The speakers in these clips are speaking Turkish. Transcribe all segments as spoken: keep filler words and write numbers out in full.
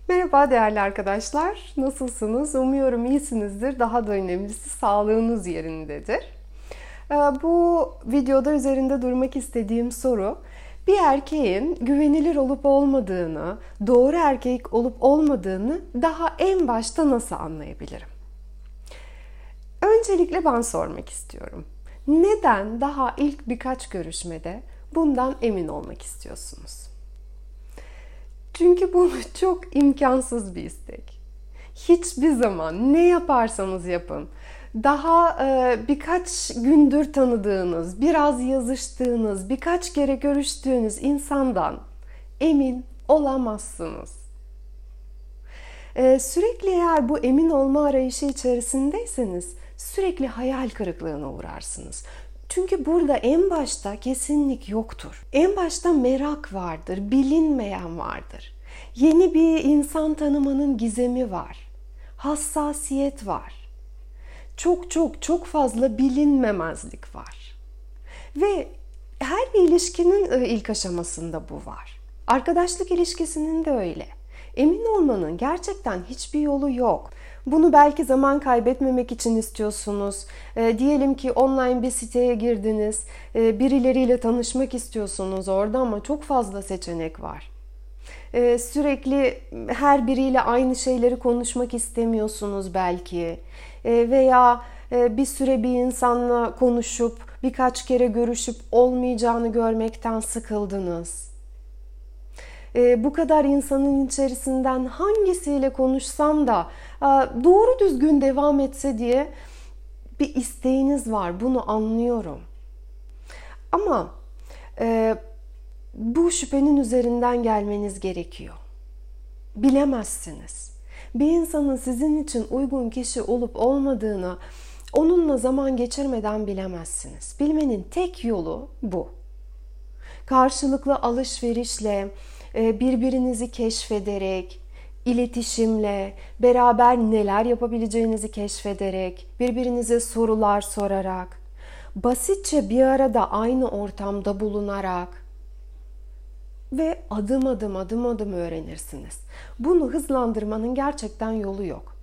Merhaba değerli arkadaşlar. Nasılsınız? Umuyorum iyisinizdir. Daha da önemlisi sağlığınız yerindedir. Ee, Bu videoda üzerinde durmak istediğim soru, bir erkeğin güvenilir olup olmadığını, doğru erkek olup olmadığını daha en başta nasıl anlayabilirim? Öncelikle ben sormak istiyorum. Neden daha ilk birkaç görüşmede bundan emin olmak istiyorsunuz? Çünkü bu çok imkansız bir istek. Hiçbir zaman ne yaparsanız yapın, daha e, birkaç gündür tanıdığınız, biraz yazıştığınız, birkaç kere görüştüğünüz insandan emin olamazsınız. E, sürekli eğer bu emin olma arayışı içerisindeyseniz sürekli hayal kırıklığına uğrarsınız. Çünkü burada en başta kesinlik yoktur. En başta merak vardır, bilinmeyen vardır. Yeni bir insan tanımanın gizemi var. Hassasiyet var. Çok çok çok fazla bilinmemezlik var. Ve her bir ilişkinin ilk aşamasında bu var. Arkadaşlık ilişkisinin de öyle. Emin olmanın gerçekten hiçbir yolu yok. Bunu belki zaman kaybetmemek için istiyorsunuz. E, diyelim ki online bir siteye girdiniz. E, birileriyle tanışmak istiyorsunuz orada ama çok fazla seçenek var. E, sürekli her biriyle aynı şeyleri konuşmak istemiyorsunuz belki. E, veya e, bir süre bir insanla konuşup birkaç kere görüşüp olmayacağını görmekten sıkıldınız. Bu kadar insanın içerisinden hangisiyle konuşsam da doğru düzgün devam etse diye bir isteğiniz var. Bunu anlıyorum. Ama e, bu şüphenin üzerinden gelmeniz gerekiyor. Bilemezsiniz. Bir insanın sizin için uygun kişi olup olmadığını onunla zaman geçirmeden bilemezsiniz. Bilmenin tek yolu bu. Karşılıklı alışverişle, birbirinizi keşfederek, iletişimle, beraber neler yapabileceğinizi keşfederek, birbirinize sorular sorarak, basitçe bir arada aynı ortamda bulunarak ve adım adım adım adım öğrenirsiniz. Bunu hızlandırmanın gerçekten yolu yok.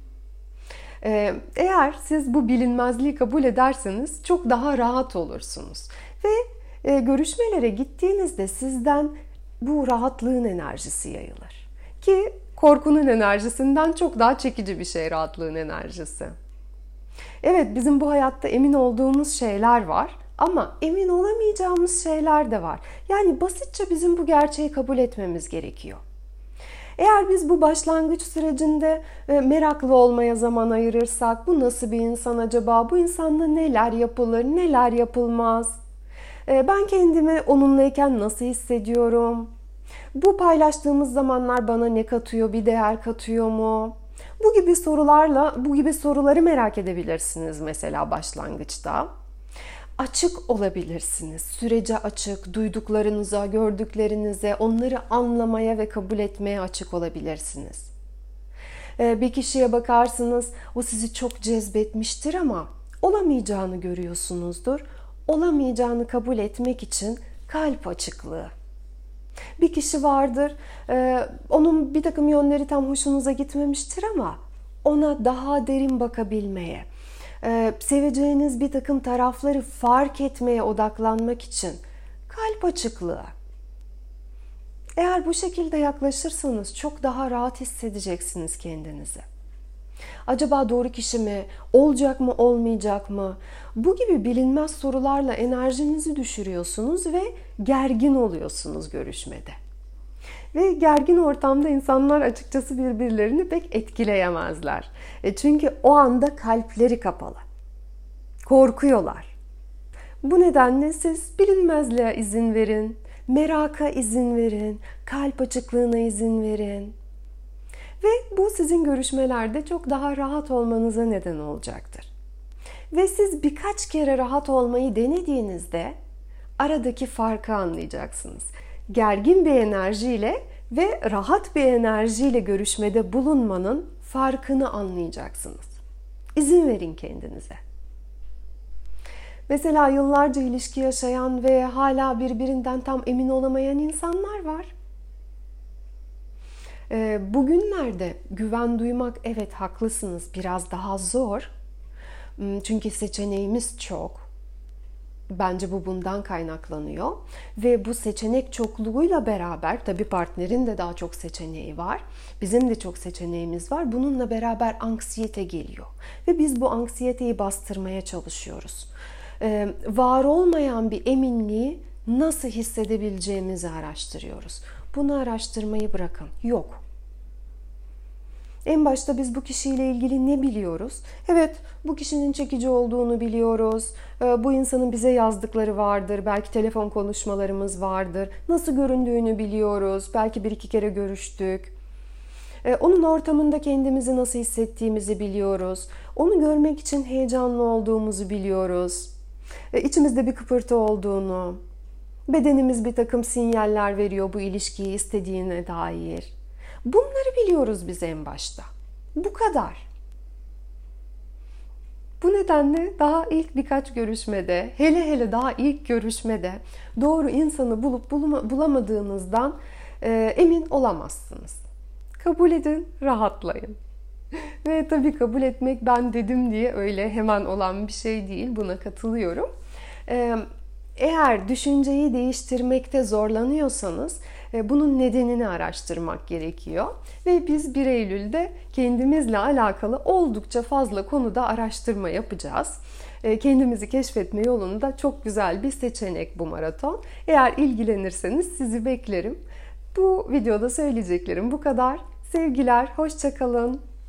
Eğer siz bu bilinmezliği kabul ederseniz çok daha rahat olursunuz. Ve görüşmelere gittiğinizde sizden bu rahatlığın enerjisi yayılır. Ki korkunun enerjisinden çok daha çekici bir şey rahatlığın enerjisi. Evet, bizim bu hayatta emin olduğumuz şeyler var ama emin olamayacağımız şeyler de var. Yani basitçe bizim bu gerçeği kabul etmemiz gerekiyor. Eğer biz bu başlangıç sürecinde meraklı olmaya zaman ayırırsak, bu nasıl bir insan acaba, bu insanla neler yapılır, neler yapılmaz, ben kendimi onunlayken nasıl hissediyorum, bu paylaştığımız zamanlar bana ne katıyor, bir değer katıyor mu? Bu gibi sorularla, bu gibi soruları merak edebilirsiniz mesela başlangıçta. Açık olabilirsiniz. Sürece açık, duyduklarınıza, gördüklerinize, onları anlamaya ve kabul etmeye açık olabilirsiniz. Bir kişiye bakarsınız, o sizi çok cezbetmiştir ama olamayacağını görüyorsunuzdur. Olamayacağını kabul etmek için kalp açıklığı. Bir kişi vardır, onun bir takım yönleri tam hoşunuza gitmemiştir ama ona daha derin bakabilmeye, seveceğiniz bir takım tarafları fark etmeye odaklanmak için kalp açıklığı. Eğer bu şekilde yaklaşırsanız çok daha rahat hissedeceksiniz kendinizi. Acaba doğru kişi mi? Olacak mı, olmayacak mı? Bu gibi bilinmez sorularla enerjinizi düşürüyorsunuz ve gergin oluyorsunuz görüşmede. Ve gergin ortamda insanlar açıkçası birbirlerini pek etkileyemezler. E çünkü o anda kalpleri kapalı. Korkuyorlar. Bu nedenle siz bilinmezliğe izin verin, meraka izin verin, kalp açıklığına izin verin. Ve bu sizin görüşmelerde çok daha rahat olmanıza neden olacaktır. Ve siz birkaç kere rahat olmayı denediğinizde aradaki farkı anlayacaksınız. Gergin bir enerjiyle ve rahat bir enerjiyle görüşmede bulunmanın farkını anlayacaksınız. İzin verin kendinize. Mesela yıllarca ilişki yaşayan ve hala birbirinden tam emin olamayan insanlar var. Bugünlerde güven duymak, evet haklısınız, biraz daha zor. Çünkü seçeneğimiz çok. Bence bu bundan kaynaklanıyor. Ve bu seçenek çokluğuyla beraber, tabii partnerin de daha çok seçeneği var. Bizim de çok seçeneğimiz var. Bununla beraber anksiyete geliyor. Ve biz bu anksiyeteyi bastırmaya çalışıyoruz. Ee, var olmayan bir eminliği nasıl hissedebileceğimizi araştırıyoruz. Bunu araştırmayı bırakın. Yok. En başta biz bu kişiyle ilgili ne biliyoruz? Evet, bu kişinin çekici olduğunu biliyoruz. Bu insanın bize yazdıkları vardır. Belki telefon konuşmalarımız vardır. Nasıl göründüğünü biliyoruz. Belki bir iki kere görüştük. Onun ortamında kendimizi nasıl hissettiğimizi biliyoruz. Onu görmek için heyecanlı olduğumuzu biliyoruz. İçimizde bir kıpırtı olduğunu, bedenimiz bir takım sinyaller veriyor bu ilişkiyi istediğine dair. Bunları biliyoruz biz en başta. Bu kadar. Bu nedenle daha ilk birkaç görüşmede, hele hele daha ilk görüşmede doğru insanı bulup bulamadığınızdan e, emin olamazsınız. Kabul edin, rahatlayın. Ve tabii kabul etmek ben dedim diye öyle hemen olan bir şey değil. Buna katılıyorum. E, Eğer düşünceyi değiştirmekte zorlanıyorsanız bunun nedenini araştırmak gerekiyor. Ve biz bir Eylül'de kendimizle alakalı oldukça fazla konuda araştırma yapacağız. Kendimizi keşfetme yolunda çok güzel bir seçenek bu maraton. Eğer ilgilenirseniz sizi beklerim. Bu videoda söyleyeceklerim bu kadar. Sevgiler, hoşça kalın.